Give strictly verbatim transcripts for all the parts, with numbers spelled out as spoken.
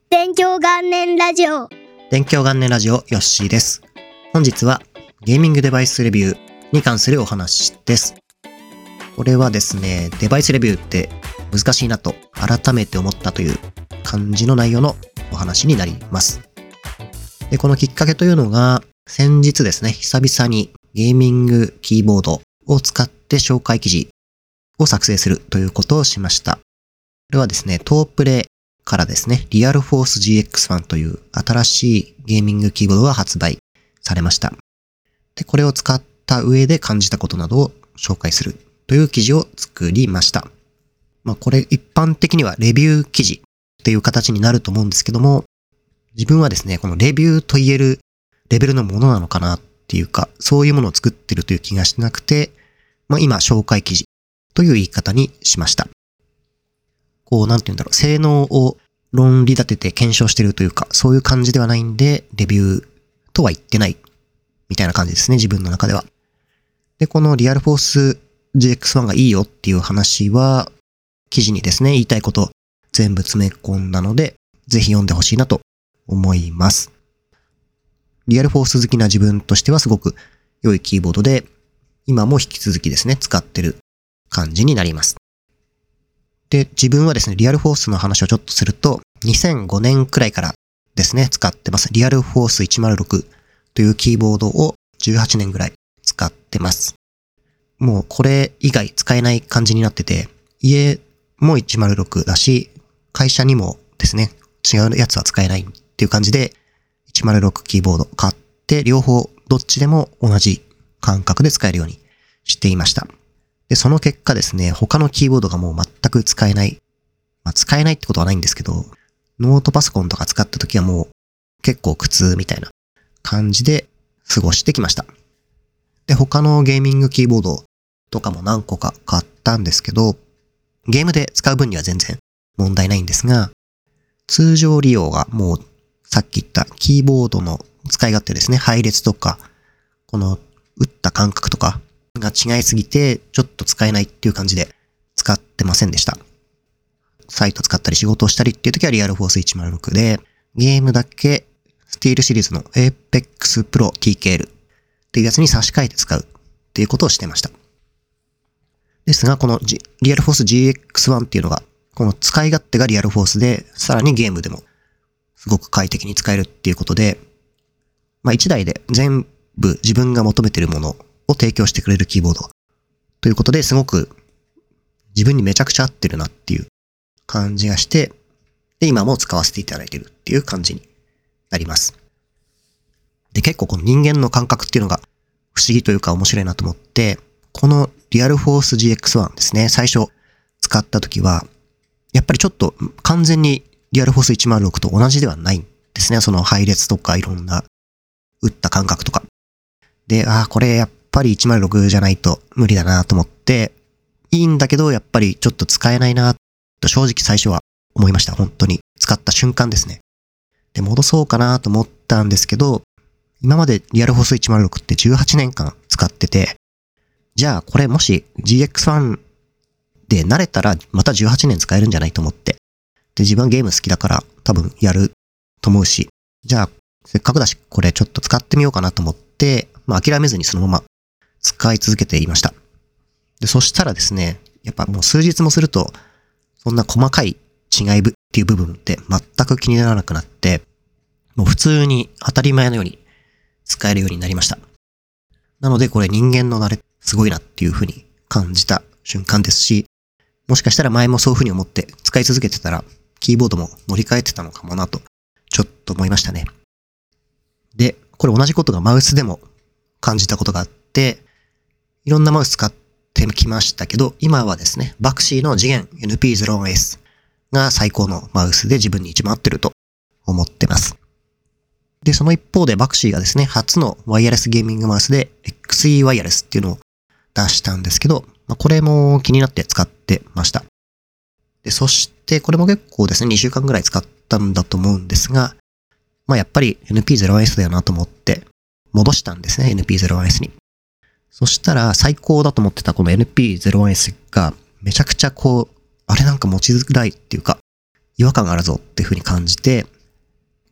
勉強元年ラジオ勉強元年ラジオヨッシーです。本日はゲーミングデバイスレビューに関するお話です。これはですね、デバイスレビューって難しいなと改めて思ったという感じの内容のお話になります。で、このきっかけというのが先日ですね、久々にゲーミングキーボードを使って紹介記事を作成するということをしました。これはですね、トープレからですね、リアルフォース ジーエックスワン という新しいゲーミングキーボードが発売されました。で、これを使った上で感じたことなどを紹介するという記事を作りました。まあこれ一般的にはレビュー記事っていう形になると思うんですけども、自分はですね、このレビューと言えるレベルのものなのかなっていうか、そういうものを作ってるという気がしなくて、まあ今紹介記事という言い方にしました。こう、なんて言うんだろう、性能を論理立てて検証してるというか、そういう感じではないんで、レビューとは言ってないみたいな感じですね、自分の中では。で、このリアルフォース ジーエックスワン がいいよっていう話は、記事にですね、言いたいこと全部詰め込んだので、ぜひ読んでほしいなと思います。リアルフォース好きな自分としてはすごく良いキーボードで、今も引き続きですね、使ってる感じになります。で、自分はですね、リアルフォースの話をちょっとすると、にせんごねんくらいからですね、使ってます。リアルフォースいちまるろくというキーボードをじゅうはちねんくらい使ってます。もうこれ以外使えない感じになってて、家もいちまるろくだし、会社にもですね、違うやつは使えないっていう感じで、いちまるろくキーボード買って、両方どっちでも同じ感覚で使えるようにしていました。で、その結果ですね、他のキーボードがもう全く使えない。まあ、使えないってことはないんですけど、ノートパソコンとか使った時はもう結構苦痛みたいな感じで過ごしてきました。で、他のゲーミングキーボードとかも何個か買ったんですけど、ゲームで使う分には全然問題ないんですが、通常利用がもうさっき言ったキーボードの使い勝手ですね、配列とか、この打った感覚とかが違いすぎてちょっと使えないっていう感じで使ってませんでした。サイト使ったり仕事をしたりっていう時はリアルフォースいちまるろくで、ゲームだけスティールシリーズの Apex Pro ティーケーエル っていうやつに差し替えて使うっていうことをしてました。ですが、この、G、リアルフォース ジーエックスワン っていうのが、この使い勝手がリアルフォースで、さらにゲームでもすごく快適に使えるっていうことで、まあ一台で全部自分が求めてるものを提供してくれるキーボードということですごく自分にめちゃくちゃ合ってるなっていう感じがして、で、今も使わせていただいているっていう感じになります。で、結構この人間の感覚っていうのが不思議というか面白いなと思って、このリアルフォース ジーエックスワン ですね、最初使った時は、やっぱりちょっと完全にリアルフォースいちまるろくと同じではないんですね。その配列とかいろんな打った感覚とか。で、ああ、これやっぱりいちまるろくじゃないと無理だなと思って、いいんだけどやっぱりちょっと使えないなと正直最初は思いました。本当に使った瞬間ですね。で、戻そうかなと思ったんですけど、今までリアルフォースいちまるろくってじゅうはちねんかん使ってて、じゃあこれもし ジーエックスワン で慣れたらまたじゅうはちねん使えるんじゃないと思って。で、自分はゲーム好きだから多分やると思うし、じゃあせっかくだしこれちょっと使ってみようかなと思って、まあ諦めずにそのまま使い続けていました。で、そしたらですね、やっぱもう数日もすると、そんな細かい違いっていう部分って全く気にならなくなって、もう普通に当たり前のように使えるようになりました。なのでこれ人間の慣れすごいなっていう風に感じた瞬間ですし、もしかしたら前もそういう風に思って使い続けてたら、キーボードも乗り換えてたのかもなと、ちょっと思いましたね。で、これ同じことがマウスでも感じたことがあって、いろんなマウス使ってきましたけど、今はですね、バクシーの次元 エヌピーゼロワンエス が最高のマウスで自分に一番合ってると思ってます。で、その一方でバクシーがですね、初のワイヤレスゲーミングマウスで エックスイー ワイヤレスっていうのを出したんですけど、まあ、これも気になって使ってました。で、そしてこれも結構ですね、にしゅうかんぐらい使ったんだと思うんですが、まあやっぱり エヌピーゼロワンエス だよなと思って戻したんですね、エヌピーゼロワンエス に。そしたら最高だと思ってたこの エヌピーゼロワンエス がめちゃくちゃこう、あれなんか持ちづらいっていうか違和感があるぞっていう風に感じて、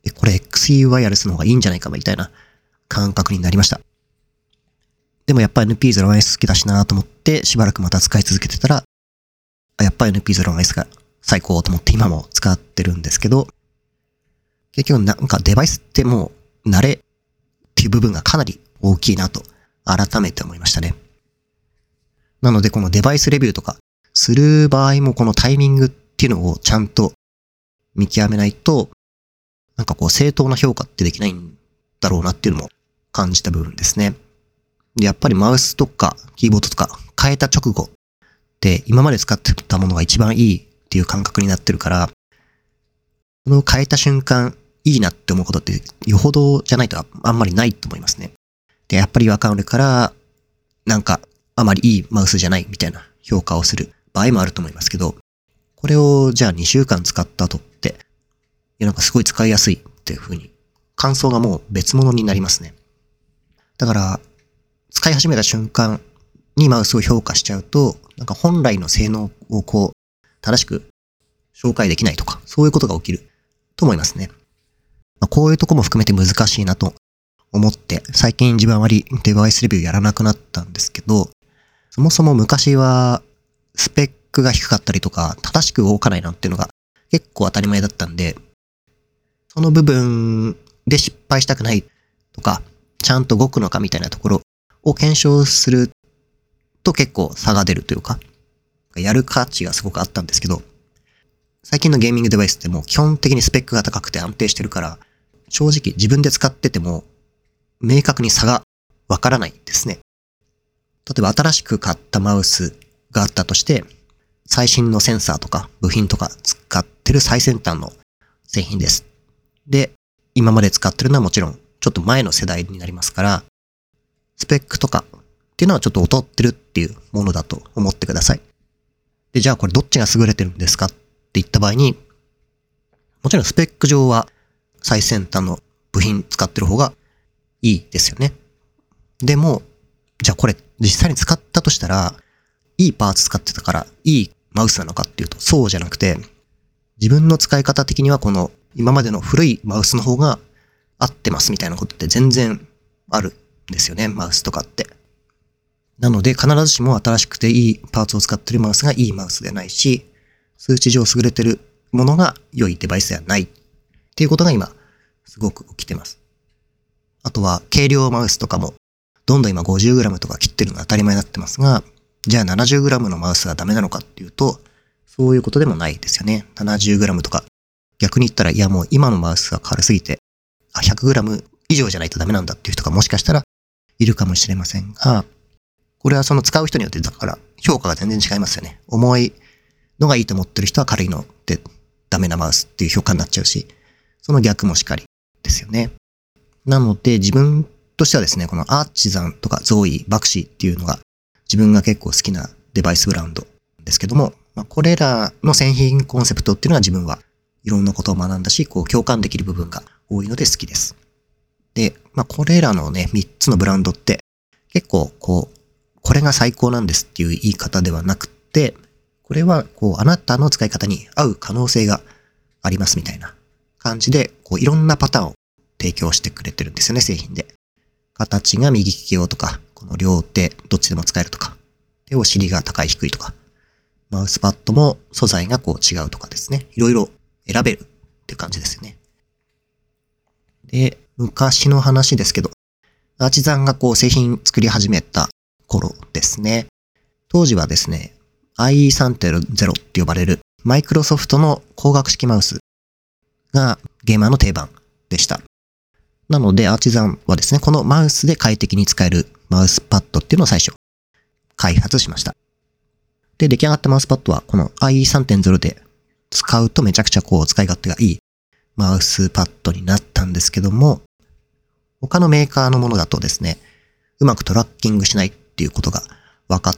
え、これ エックスイー ワイヤレスの方がいいんじゃないかみたいな感覚になりました。でもやっぱり エヌピーゼロワンエス 好きだしなと思ってしばらくまた使い続けてたら、あ、やっぱり エヌピーゼロワンエス が最高と思って今も使ってるんですけど、結局なんかデバイスってもう慣れっていう部分がかなり大きいなと改めて思いましたね。なのでこのデバイスレビューとかする場合もこのタイミングっていうのをちゃんと見極めないと、なんかこう正当な評価ってできないんだろうなっていうのも感じた部分ですね。で、やっぱりマウスとかキーボードとか変えた直後って今まで使ってたものが一番いいっていう感覚になってるから、この変えた瞬間いいなって思うことってよほどじゃないとあんまりないと思いますね。で、やっぱり違和感あるからなんかあまりいいマウスじゃないみたいな評価をする場合もあると思いますけど、これをじゃあにしゅうかん使った後って、いやなんかすごい使いやすいっていう風に感想がもう別物になりますね。だから使い始めた瞬間にマウスを評価しちゃうと、なんか本来の性能をこう正しく紹介できないとか、そういうことが起きると思いますね。まあ、こういうとこも含めて難しいなと思って、最近自分はあまりデバイスレビューやらなくなったんですけど、そもそも昔はスペックが低かったりとか、正しく動かないなっていうのが結構当たり前だったんで、その部分で失敗したくないとか、ちゃんと動くのかみたいなところを検証すると結構差が出るというか、やる価値がすごくあったんですけど、最近のゲーミングデバイスってもう基本的にスペックが高くて安定してるから、正直自分で使ってても明確に差がわからないですね。例えば新しく買ったマウスがあったとして、最新のセンサーとか部品とか使ってる最先端の製品です。で、今まで使ってるのはもちろんちょっと前の世代になりますから、スペックとかっていうのはちょっと劣ってるっていうものだと思ってください。で、じゃあこれどっちが優れてるんですかって言った場合に、もちろんスペック上は最先端の部品使ってる方がいいですよね。でも、じゃあこれ実際に使ったとしたら、いいパーツ使ってたからいいマウスなのかっていうとそうじゃなくて、自分の使い方的にはこの今までの古いマウスの方が合ってますみたいなことって全然あるんですよね、マウスとかって。なので必ずしも新しくていいパーツを使ってるマウスがいいマウスではないし、数値上優れてるものが良いデバイスではないっていうことが今すごく起きてます。あとは軽量マウスとかもどんどん今 ごじゅうグラム とか切ってるのが当たり前になってますが、じゃあ ななじゅうグラム のマウスがダメなのかっていうと、そういうことでもないですよね。ななじゅうグラム とか逆に言ったら、いやもう今のマウスが軽すぎて、あ、ひゃくグラム 以上じゃないとダメなんだっていう人がもしかしたらいるかもしれませんが、これはその使う人によってだから評価が全然違いますよね。重いのがいいと思ってる人は軽いのってダメなマウスっていう評価になっちゃうし、その逆もしかりですよね。なので自分としてはですね、このアーチザンとかゾーイ、バクシーっていうのが自分が結構好きなデバイスブランドですけども、まあ、これらの製品コンセプトっていうのは自分はいろんなことを学んだし、こう共感できる部分が多いので好きです。で、まあこれらのね、みっつのブランドって結構こう、これが最高なんですっていう言い方ではなくて、これはこうあなたの使い方に合う可能性がありますみたいな感じで、こういろんなパターンを提供してくれてるんですよね、製品で。形が右利き用とか、この両手どっちでも使えるとか、でお尻が高い低いとか、マウスパッドも素材がこう違うとかですね。いろいろ選べるっていう感じですよね。で、昔の話ですけど、アーチザンがこう製品作り始めた頃ですね。当時はですね、アイイースリーゼロ って呼ばれるマイクロソフトの光学式マウスがゲーマーの定番でした。なのでアーチザンはですね、このマウスで快適に使えるマウスパッドっていうのを最初開発しました。で、出来上がったマウスパッドはこの アイイースリーゼロ で使うとめちゃくちゃこう使い勝手がいいマウスパッドになったんですけども、他のメーカーのものだとですね、うまくトラッキングしないっていうことが分かって、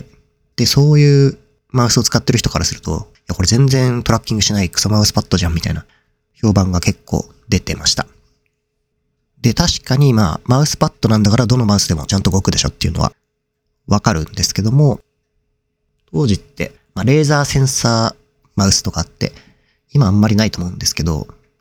で、そういうマウスを使ってる人からすると、いや、これ全然トラッキングしないクソマウスパッドじゃんみたいな評判が結構出てました。で、確かにまあ、マウスパッドなんだからどのマウスでもちゃんと動くでしょっていうのは分かるんですけども、当時って、まあ、レーザーセンサーマウスとかって、今あんまりないと思うんですけど、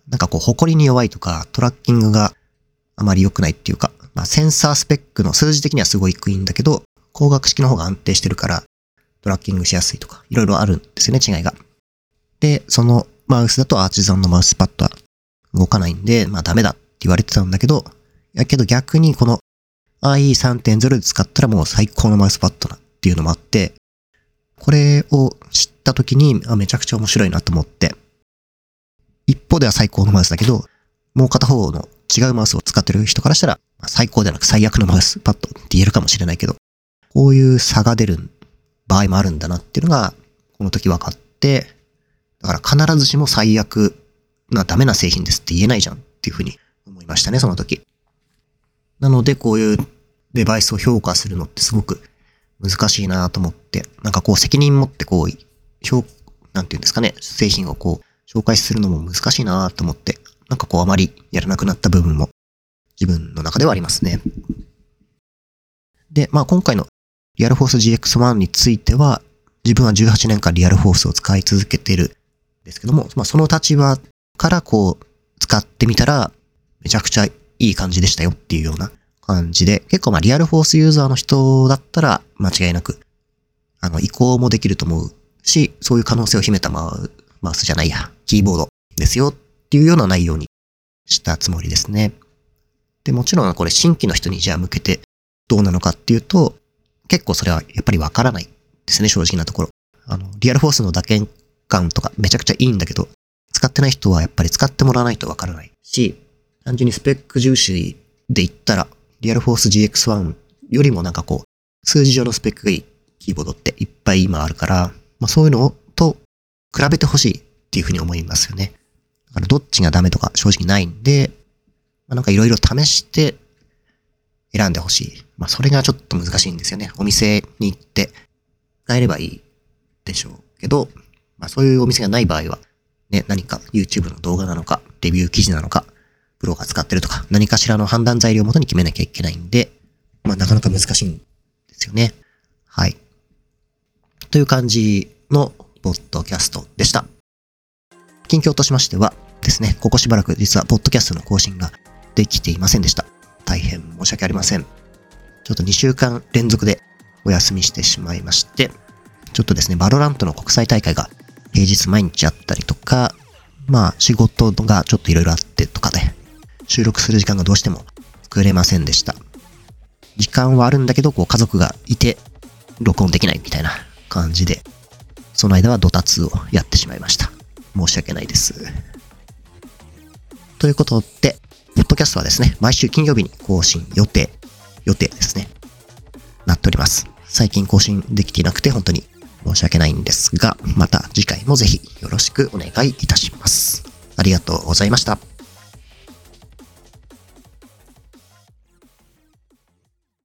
なんかこう、埃に弱いとか、トラッキングがあまり良くないっていうか、まあ、センサースペックの数字的にはすごい低いんだけど、光学式の方が安定してるから、トラッキングしやすいとか、いろいろあるんですよね、違いが。で、そのマウスだとアーチゾンのマウスパッドは動かないんで、まあダメだって言われてたんだけど、やけど逆にこの アイイーさんてんゼロ で使ったらもう最高のマウスパッドだっていうのもあって、これを知った時にあめちゃくちゃ面白いなと思って、一方では最高のマウスだけど、もう片方の違うマウスを使ってる人からしたら、最高ではなく最悪のマウスパッドって言えるかもしれないけど、こういう差が出る場合もあるんだなっていうのが、この時分かって、だから必ずしも最悪なダメな製品ですって言えないじゃんっていうふうに思いましたね、その時。なのでこういうデバイスを評価するのってすごく難しいなと思って、なんかこう責任持ってこう、評、なんていうんですかね、製品をこう紹介するのも難しいなと思って、なんかこうあまりやらなくなった部分も自分の中ではありますね。で、まあ今回のリアルフォース ジーエックスワン については、自分はじゅうはちねんかんリアルフォースを使い続けているんですけども、まあその立場からこう使ってみたら、めちゃくちゃいい感じでしたよっていうような感じで、結構まあリアルフォースユーザーの人だったら間違いなく、あの移行もできると思うし、そういう可能性を秘めたマウマウスじゃないや、キーボードですよっていうような内容にしたつもりですね。で、もちろんこれ新規の人にじゃあ向けてどうなのかっていうと、結構それはやっぱりわからないですね、正直なところ。あの、リアルフォースの打鍵感とかめちゃくちゃいいんだけど、使ってない人はやっぱり使ってもらわないとわからないし、単純にスペック重視で言ったら、リアルフォース ジーエックスワン よりもなんかこう、数字上のスペックがいいキーボードっていっぱい今あるから、まあそういうのと比べてほしいっていうふうに思いますよね。だからどっちがダメとか正直ないんで、まあ、なんかいろいろ試して選んでほしい。まあそれがちょっと難しいんですよね。お店に行って使えればいいでしょうけど、まあそういうお店がない場合は、ね、何か YouTube の動画なのか、レビュー記事なのか、プロが使ってるとか、何かしらの判断材料をもとに決めなきゃいけないんで、まあなかなか難しいんですよね。はい。という感じのポッドキャストでした。近況としましてはですね、ここしばらく実はポッドキャストの更新ができていませんでした。大変申し訳ありません。ちょっとにしゅうかん連続でお休みしてしまいまして、ちょっとですね、バロラントの国際大会が平日毎日あったりとか、まあ仕事がちょっといろいろあってとかで、収録する時間がどうしても作れませんでした。時間はあるんだけど、こう家族がいて録音できないみたいな感じで、その間はドタツをやってしまいました。申し訳ないです。ということで、ポッドキャストはですね、毎週金曜日に更新予定、予定ですね、なっております。最近更新できていなくて本当に申し訳ないんですが、また次回もぜひよろしくお願いいたします。ありがとうございました。